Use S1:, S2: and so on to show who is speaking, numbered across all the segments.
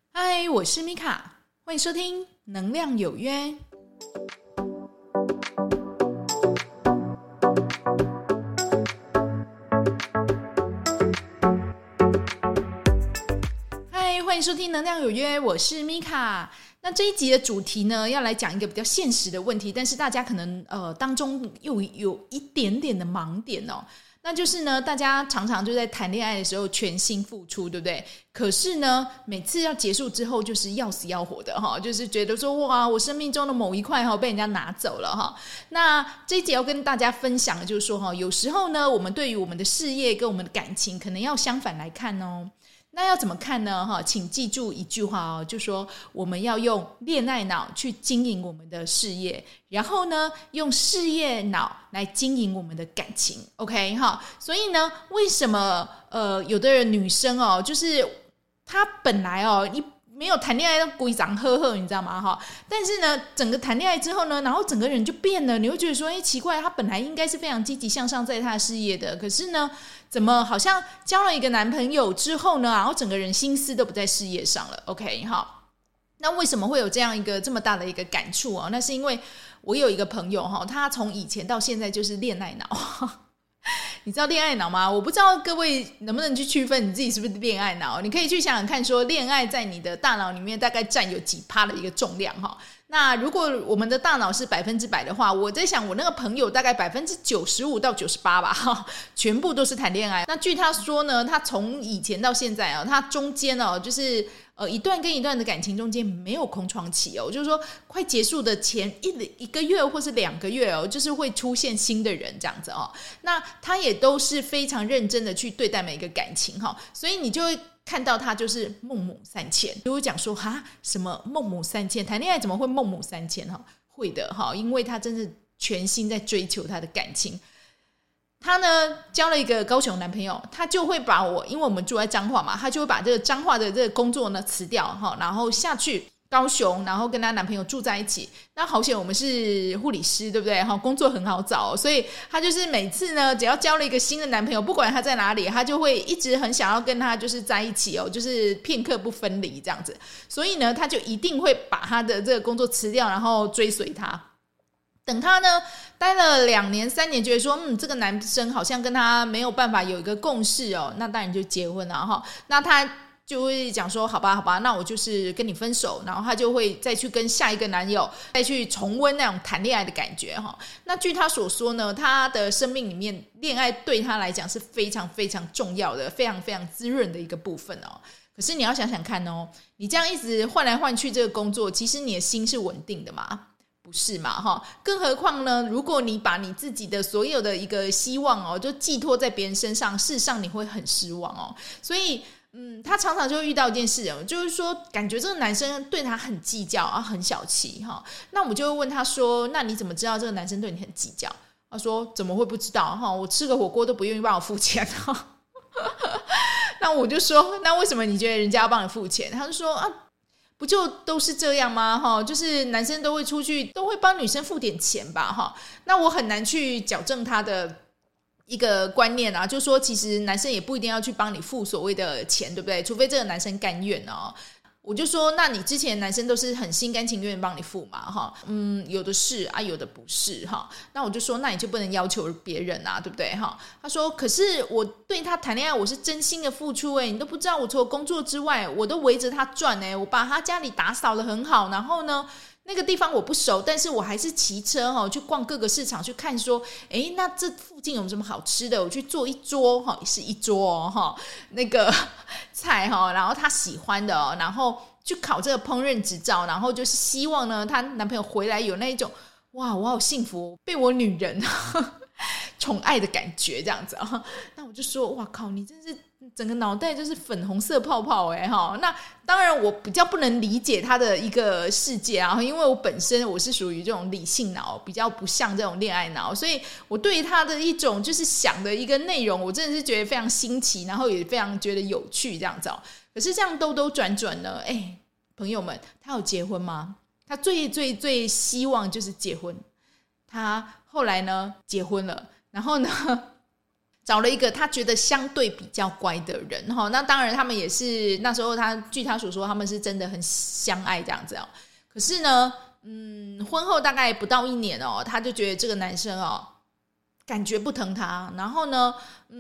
S1: 嗨，我是米卡，欢迎收听能量有约。嗨，欢迎收听能量有约，我是米卡。那这一集的主题呢，要来讲一个比较现实的问题，但是大家可能当中又有一点点的盲点哦。那就是呢，大家常常就在谈恋爱的时候全心付出，对不对？可是呢，每次要结束之后就是要死要活的哈，就是觉得说哇，我生命中的某一块被人家拿走了哈。那这一节要跟大家分享的就是说哈，有时候呢，我们对于我们的事业跟我们的感情可能要相反来看哦。那要怎么看呢？请记住一句话哦，就说我们要用恋爱脑去经营我们的事业，然后呢，用事业脑来经营我们的感情。OK 哈，所以呢，为什么有的人女生哦，就是她本来哦，你没有谈恋爱都规长呵呵，你知道吗？哈，但是呢，整个谈恋爱之后呢，然后整个人就变了，你会觉得说，奇怪，她本来应该是非常积极向上，在她的事业的，可是呢，怎么好像交了一个男朋友之后呢，然后整个人心思都不在事业上了 ？OK 哈，那为什么会有这样一个这么大的一个感触啊？那是因为我有一个朋友哈，他从以前到现在就是恋爱脑。你知道恋爱脑吗？我不知道各位能不能去区分你自己是不是恋爱脑。你可以去想想看说恋爱在你的大脑里面大概占有几%的一个重量哈。那如果我们的大脑是100%的话，我在想我那个朋友大概95%到98%吧，全部都是谈恋爱。那据他说呢，他从以前到现在他中间就是一段跟一段的感情中间没有空窗期哦，就是说快结束的前一个月或是2个月就是会出现新的人这样子哦。那他也都是非常认真的去对待每一个感情所以你就会看到他就是孟母三迁。就会讲说什么孟母三迁，谈恋爱怎么会孟母三迁会的因为他真的全心在追求他的感情。他呢交了一个高雄男朋友，他就会把因为我们住在彰化嘛，他就会把这个彰化的这个工作呢辞掉然后下去高雄，然后跟她男朋友住在一起。那好险我们是护理师，对不对？工作很好找所以她就是每次呢只要交了一个新的男朋友，不管他在哪里，她就会一直很想要跟他就是在一起就是片刻不分离这样子。所以呢她就一定会把他的这个工作辞掉，然后追随他。等他呢待了2年3年，觉得说这个男生好像跟他没有办法有一个共识那当然就结婚了那他就会讲说好吧，那我就是跟你分手，然后他就会再去跟下一个男友再去重温那种谈恋爱的感觉那据他所说呢，他的生命里面恋爱对他来讲是非常非常重要的，非常非常滋润的一个部分可是你要想想看你这样一直换来换去这个工作，其实你的心是稳定的吗？不是嘛更何况呢，如果你把你自己的所有的一个希望就寄托在别人身上，事实上你会很失望所以他常常就会遇到一件事就是说感觉这个男生对他很计较很小气那我们就会问他说，那你怎么知道这个男生对你很计较？他说怎么会不知道我吃个火锅都不愿意帮我付钱那我就说那为什么你觉得人家要帮你付钱？他就说不就都是这样吗就是男生都会出去都会帮女生付点钱吧那我很难去矫正他的一个观念就是说其实男生也不一定要去帮你付所谓的钱，对不对？除非这个男生甘愿我就说那你之前男生都是很心甘情愿帮你付嘛有的是有的不是那我就说那你就不能要求别人对不对他说可是我对他谈恋爱我是真心的付出你都不知道我除了工作之外我都围着他转我把他家里打扫得很好，然后呢那个地方我不熟，但是我还是骑车去逛各个市场去看说那这附近有什么好吃的，我去做一桌是一桌那个菜然后他喜欢的然后去考这个烹饪执照，然后就是希望呢她男朋友回来有那一种哇我好幸福被我女人宠爱的感觉这样子那我就说哇靠，你真是整个脑袋就是粉红色泡泡那当然我比较不能理解他的一个世界因为我本身我是属于这种理性脑，比较不像这种恋爱脑，所以我对他的一种就是想的一个内容我真的是觉得非常新奇，然后也非常觉得有趣这样子可是这样兜兜转转呢朋友们，他有结婚吗？他最最最希望就是结婚，他后来呢结婚了，然后呢找了一个他觉得相对比较乖的人哈。那当然他们也是那时候据他所说他们是真的很相爱这样子哦。可是呢婚后大概不到1年哦，他就觉得这个男生哦感觉不疼他，然后呢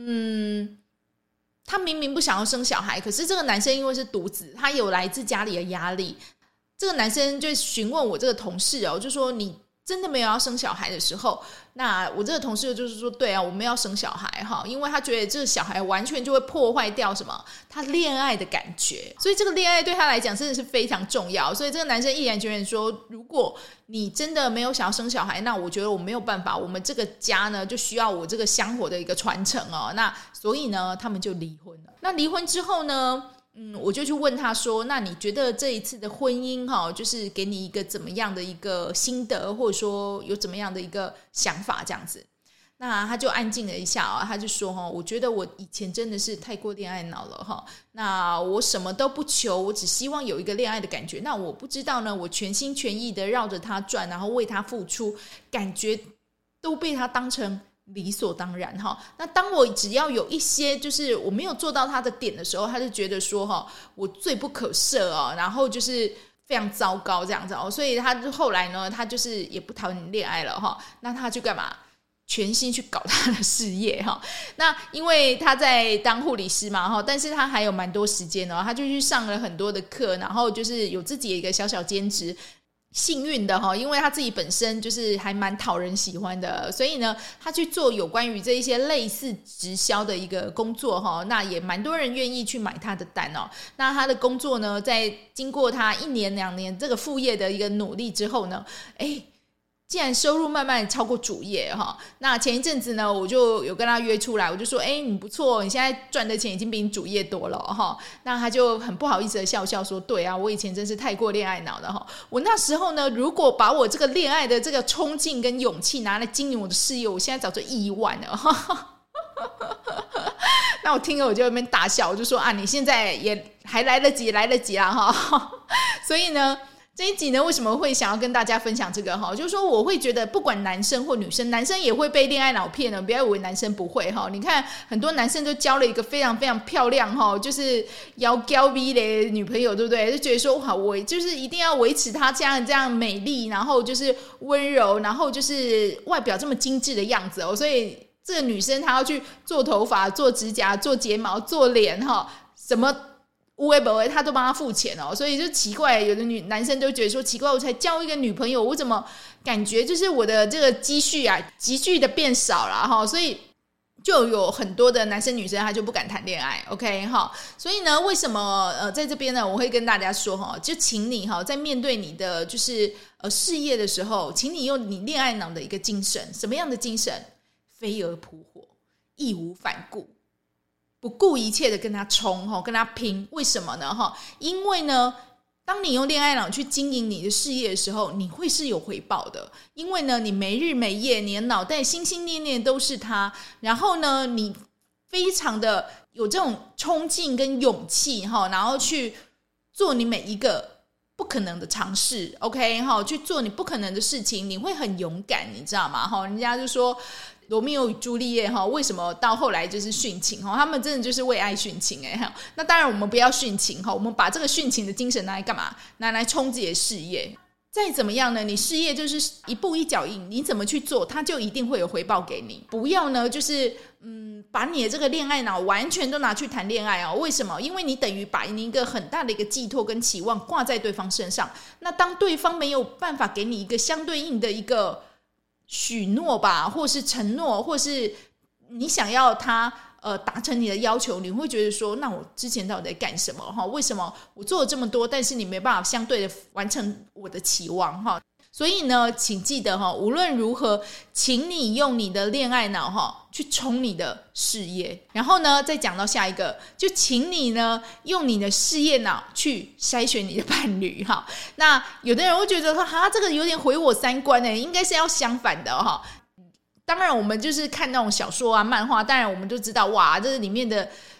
S1: 他明明不想要生小孩，可是这个男生因为是独子，他有来自家里的压力，这个男生就询问我这个同事哦，就说你真的没有要生小孩的时候，那我这个同事就是说对啊，我们要生小孩哈，因为他觉得这个小孩完全就会破坏掉什么他恋爱的感觉，所以这个恋爱对他来讲真的是非常重要。所以这个男生毅然决然说，如果你真的没有想要生小孩，那我觉得我没有办法，我们这个家呢就需要我这个香火的一个传承哦。那所以呢他们就离婚了。那离婚之后呢我就去问他说，那你觉得这一次的婚姻就是给你一个怎么样的一个心得，或者说有怎么样的一个想法这样子。那他就安静了一下他就说我觉得我以前真的是太过恋爱脑了那我什么都不求，我只希望有一个恋爱的感觉。那我不知道呢，我全心全意的绕着他转，然后为他付出，感觉都被他当成理所当然那当我只要有一些就是我没有做到他的点的时候，他就觉得说我罪不可赦然后就是非常糟糕这样子所以他后来呢，他就是也不谈恋爱了那他就干嘛？全心去搞他的事业那因为他在当护理师嘛但是他还有蛮多时间他就去上了很多的课，然后就是有自己的一个小小兼职。幸运的因为他自己本身就是还蛮讨人喜欢的，所以呢他去做有关于这一些类似直销的一个工作那也蛮多人愿意去买他的单那他的工作呢，在经过他1年2年这个副业的一个努力之后呢竟然收入慢慢超过主业那前一阵子呢，我就有跟他约出来，我就说你不错，你现在赚的钱已经比你主业多了那他就很不好意思的笑笑说，对啊，我以前真是太过恋爱脑了我那时候呢，如果把我这个恋爱的这个冲劲跟勇气拿来经营我的事业，我现在早就亿万了那我听了我就在那边大笑，我就说你现在也还来得及啦所以呢这一集呢，为什么会想要跟大家分享这个就是说我会觉得不管男生或女生，男生也会被恋爱脑骗的，不要以为男生不会你看很多男生都交了一个非常非常漂亮就是腰高 V 的女朋友，对不对？就觉得说哇，我就是一定要维持她这样美丽，然后就是温柔，然后就是外表这么精致的样子所以这个女生她要去做头发、做指甲、做睫毛、做脸什么无为不为他都帮他付钱所以就奇怪，有的男生都觉得说奇怪，我才交一个女朋友，我怎么感觉就是我的这个积蓄急剧的变少了所以就有很多的男生女生他就不敢谈恋爱 OK 所以呢为什么在这边呢我会跟大家说就请你在面对你的就是事业的时候，请你用你恋爱脑的一个精神。什么样的精神？飞蛾扑火，义无反顾，不顾一切的跟他冲跟他拼。为什么呢因为呢当你用恋爱脑去经营你的事业的时候，你会是有回报的。因为呢你没日没夜，你的脑袋心心念念都是他，然后呢你非常的有这种冲劲跟勇气然后去做你每一个不可能的尝试 OK 去做你不可能的事情，你会很勇敢，你知道吗人家就说罗密欧与朱丽叶为什么到后来就是殉情他们真的就是为爱殉情那当然我们不要殉情我们把这个殉情的精神拿来干嘛？拿来冲自己的事业。再怎么样呢，你事业就是一步一脚印，你怎么去做它就一定会有回报给你。不要呢就是把你的这个恋爱脑完全都拿去谈恋爱为什么？因为你等于把你一个很大的一个寄托跟期望挂在对方身上，那当对方没有办法给你一个相对应的一个许诺吧，或是承诺，或是你想要他达成你的要求，你会觉得说那我之前到底在干什么为什么我做了这么多，但是你没办法相对的完成我的期望所以呢请记得无论如何请你用你的恋爱脑去冲你的事业。然后呢再讲到下一个，就请你呢用你的事业脑去筛选你的伴侣那有的人会觉得说这个有点毁我三观应该是要相反的当然我们就是看那种小说漫画，当然我们就知道哇这里面的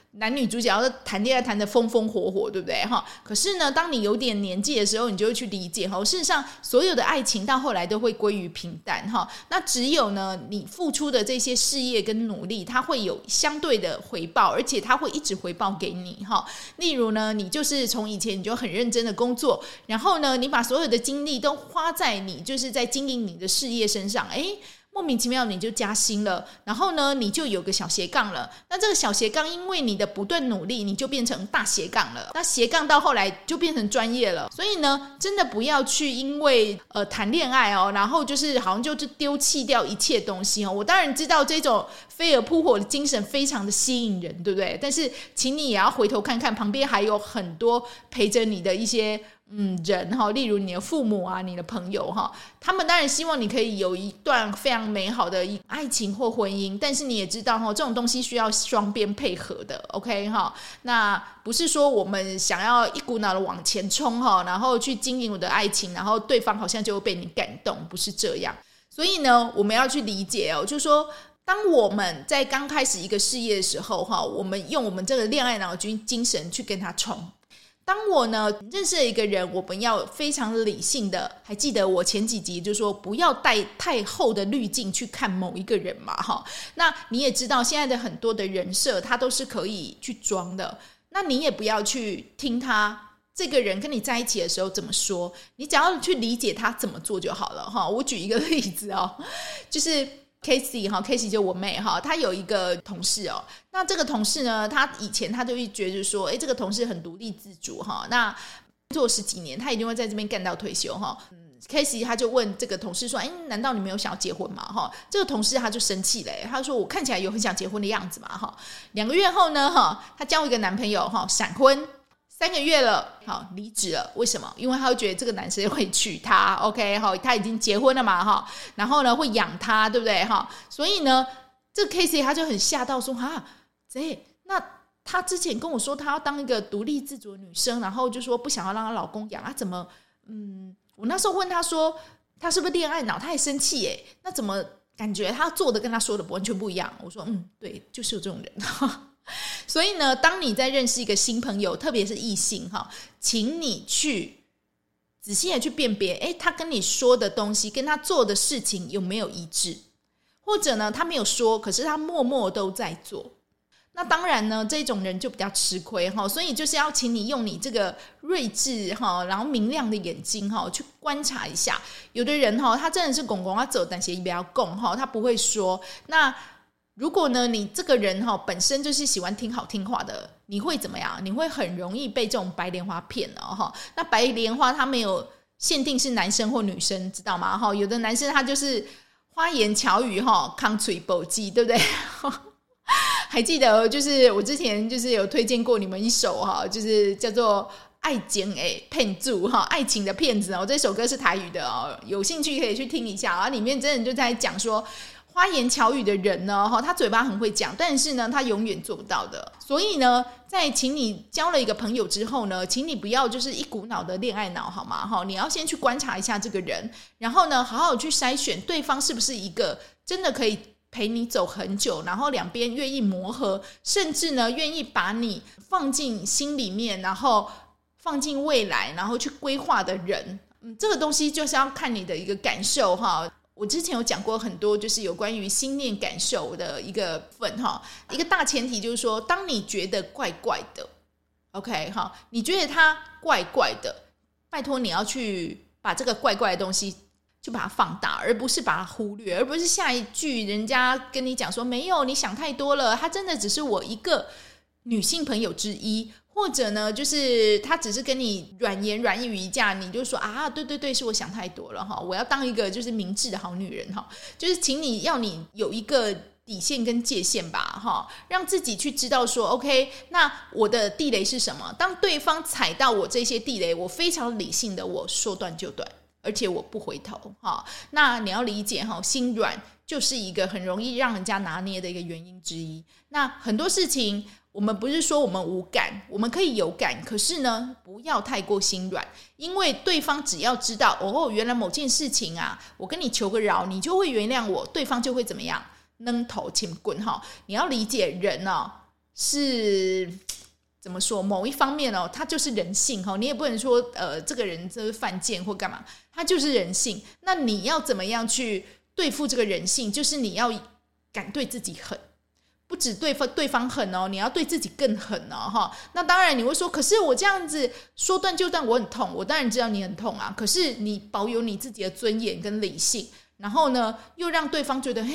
S1: 男女主角要谈恋爱谈得风风火火，对不对哈？可是呢，当你有点年纪的时候，你就会去理解哈，事实上所有的爱情到后来都会归于平淡哈。那只有呢，你付出的这些事业跟努力，它会有相对的回报，而且它会一直回报给你哈。例如呢，你就是从以前你就很认真的工作，然后呢，你把所有的精力都花在你就是在经营你的事业身上，莫名其妙你就加薪了，然后呢你就有个小斜杠了，那这个小斜杠因为你的不断努力，你就变成大斜杠了，那斜杠到后来就变成专业了。所以呢，真的不要去因为谈恋爱然后就是好像就丢弃掉一切东西我当然知道这种飞蛾扑火的精神非常的吸引人，对不对？但是请你也要回头看看旁边还有很多陪着你的一些人例如你的父母啊，你的朋友他们当然希望你可以有一段非常美好的爱情或婚姻，但是你也知道这种东西需要双边配合的 OK 那不是说我们想要一股脑的往前冲然后去经营我的爱情，然后对方好像就会被你感动，不是这样。所以呢，我们要去理解就是说当我们在刚开始一个事业的时候我们用我们这个恋爱脑精神去跟他冲。当我呢认识了一个人，我们要非常理性的，还记得我前几集就说不要带太厚的滤镜去看某一个人嘛那你也知道现在的很多的人设他都是可以去装的，那你也不要去听他这个人跟你在一起的时候怎么说，你只要去理解他怎么做就好了我举一个例子就是Casey 就我妹她有一个同事那这个同事呢，他以前他就会觉得说这个同事很独立自主那做10几年他一定会在这边干到退休Casey 他就问这个同事说难道你没有想要结婚吗这个同事他就生气了他说我看起来有很想结婚的样子嘛2个月后呢他交一个男朋友闪婚3个月了离职了，为什么？因为他会觉得这个男生会娶她 OK 他已经结婚了嘛然后呢会养她，对不对所以呢这个 Casey 他就很吓到说那他之前跟我说他要当一个独立自主的女生，然后就说不想要让她老公养怎么我那时候问他说他是不是恋爱脑，他也生气耶，那怎么感觉他做的跟他说的完全不一样？我说对，就是有这种人所以呢，当你在认识一个新朋友，特别是异性请你去仔细的去辨别他跟你说的东西跟他做的事情有没有一致，或者呢他没有说可是他默默都在做，那当然呢这种人就比较吃亏所以就是要请你用你这个睿智然后明亮的眼睛去观察一下，有的人他真的是公公他走但是不要讲他不会说，那如果呢你这个人本身就是喜欢听好听话的，你会怎么样？你会很容易被这种白莲花骗那白莲花它没有限定是男生或女生，知道吗有的男生他就是花言巧语康嘴宝记，对不对还记得就是我之前就是有推荐过你们一首就是叫做爱情的骗子爱情的骗子这首歌是台语的有兴趣可以去听一下里面真的就在讲说花言巧语的人呢他嘴巴很会讲，但是呢他永远做不到的。所以呢在请你交了一个朋友之后呢，请你不要就是一股脑的恋爱脑好吗你要先去观察一下这个人，然后呢好好去筛选对方是不是一个真的可以陪你走很久，然后两边愿意磨合，甚至呢愿意把你放进心里面，然后放进未来，然后去规划的人这个东西就是要看你的一个感受我之前有讲过很多就是有关于心念感受的一个部分一个大前提就是说当你觉得怪怪的 OK 你觉得它怪怪的，拜托你要去把这个怪怪的东西就把它放大，而不是把它忽略，而不是下一句人家跟你讲说没有你想太多了，他真的只是我一个女性朋友之一，或者呢就是他只是跟你软言软语一架，你就说对对对是我想太多了我要当一个就是明智的好女人就是请你要你有一个底线跟界限吧让自己去知道说 OK 那我的地雷是什么，当对方踩到我这些地雷，我非常理性的我说断就断，而且我不回头那你要理解心软就是一个很容易让人家拿捏的一个原因之一。那很多事情我们不是说我们无感，我们可以有感，可是呢不要太过心软，因为对方只要知道原来某件事情我跟你求个饶你就会原谅我，对方就会怎么样扔头轻棍你要理解人是怎么说，某一方面哦，它就是人性你也不能说这个人就是犯贱或干嘛，它就是人性。那你要怎么样去对付这个人性，就是你要敢对自己狠，不止对方狠你要对自己更狠那当然你会说，可是我这样子说断就断，我很痛，我当然知道你很痛啊，可是你保有你自己的尊严跟理性，然后呢又让对方觉得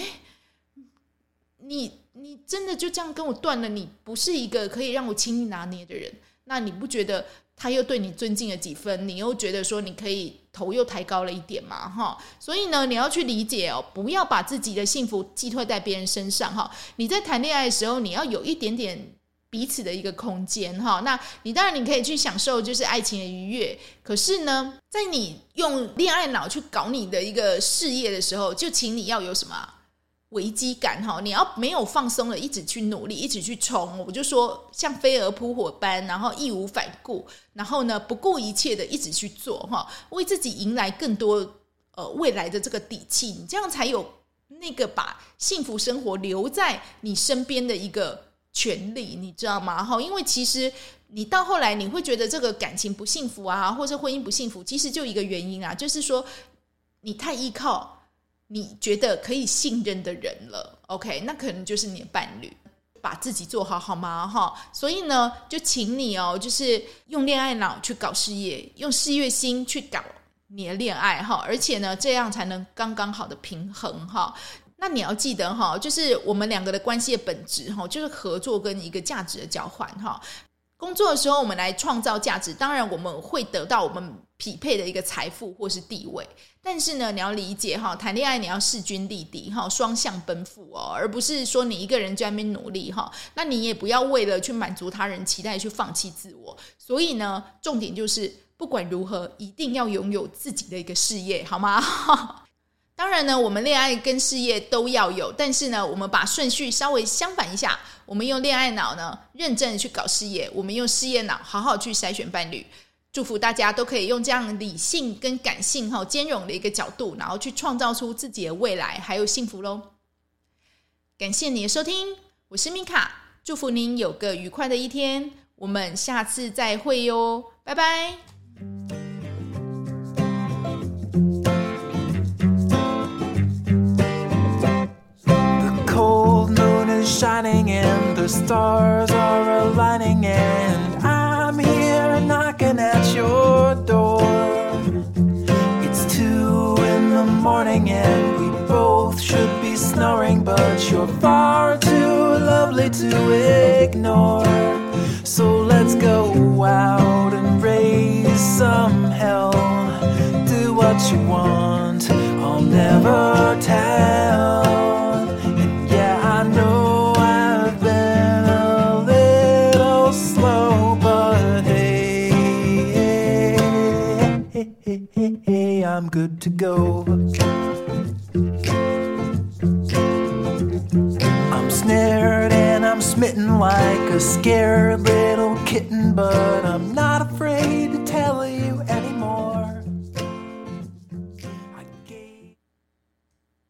S1: 你真的就这样跟我断了，你不是一个可以让我轻易拿捏的人，那你不觉得他又对你尊敬了几分，你又觉得说你可以头又抬高了一点嘛所以呢你要去理解不要把自己的幸福寄托在别人身上你在谈恋爱的时候，你要有一点点彼此的一个空间那你当然你可以去享受就是爱情的愉悦，可是呢在你用恋爱脑去搞你的一个事业的时候，就请你要有什么危机感你要没有放松了，一直去努力，一直去冲，我就说像飞蛾扑火般，然后义无反顾，然后呢不顾一切的一直去做为自己迎来更多未来的这个底气，你这样才有那个把幸福生活留在你身边的一个权利，你知道吗因为其实你到后来你会觉得这个感情不幸福啊，或者婚姻不幸福，其实就一个原因啊，就是说你太依靠你觉得可以信任的人了 OK， 那可能就是你的伴侣，把自己做好好吗所以呢就请你就是用恋爱脑去搞事业，用事业心去搞你的恋爱而且呢这样才能刚刚好的平衡那你要记得就是我们两个的关系的本质就是合作跟一个价值的交换工作的时候我们来创造价值，当然我们会得到我们匹配的一个财富或是地位，但是呢你要理解谈恋爱你要势均力敌双向奔赴而不是说你一个人在那边努力那你也不要为了去满足他人期待去放弃自我。所以呢重点就是不管如何一定要拥有自己的一个事业，好吗当然呢我们恋爱跟事业都要有，但是呢我们把顺序稍微相反一下，我们用恋爱脑呢认真的去搞事业，我们用事业脑好好去筛选伴侣。祝福大家都可以用这样理性跟感性兼容的一个角度，然后去创造出自己的未来还有幸福咯。感谢你的收听，我是米卡，祝福您有个愉快的一天，我们下次再会哟，拜拜。
S2: Shining and the stars are aligning, and I'm here knocking at your door. It's 2 in the morning and we both should be snoring, but you're far too lovely to ignore. So let's go out and raise some hell. Do what you want, I'll never tell. And yeah, I know I'm good to go. I'm snared and I'm smitten like a scared little kitten, but I'm not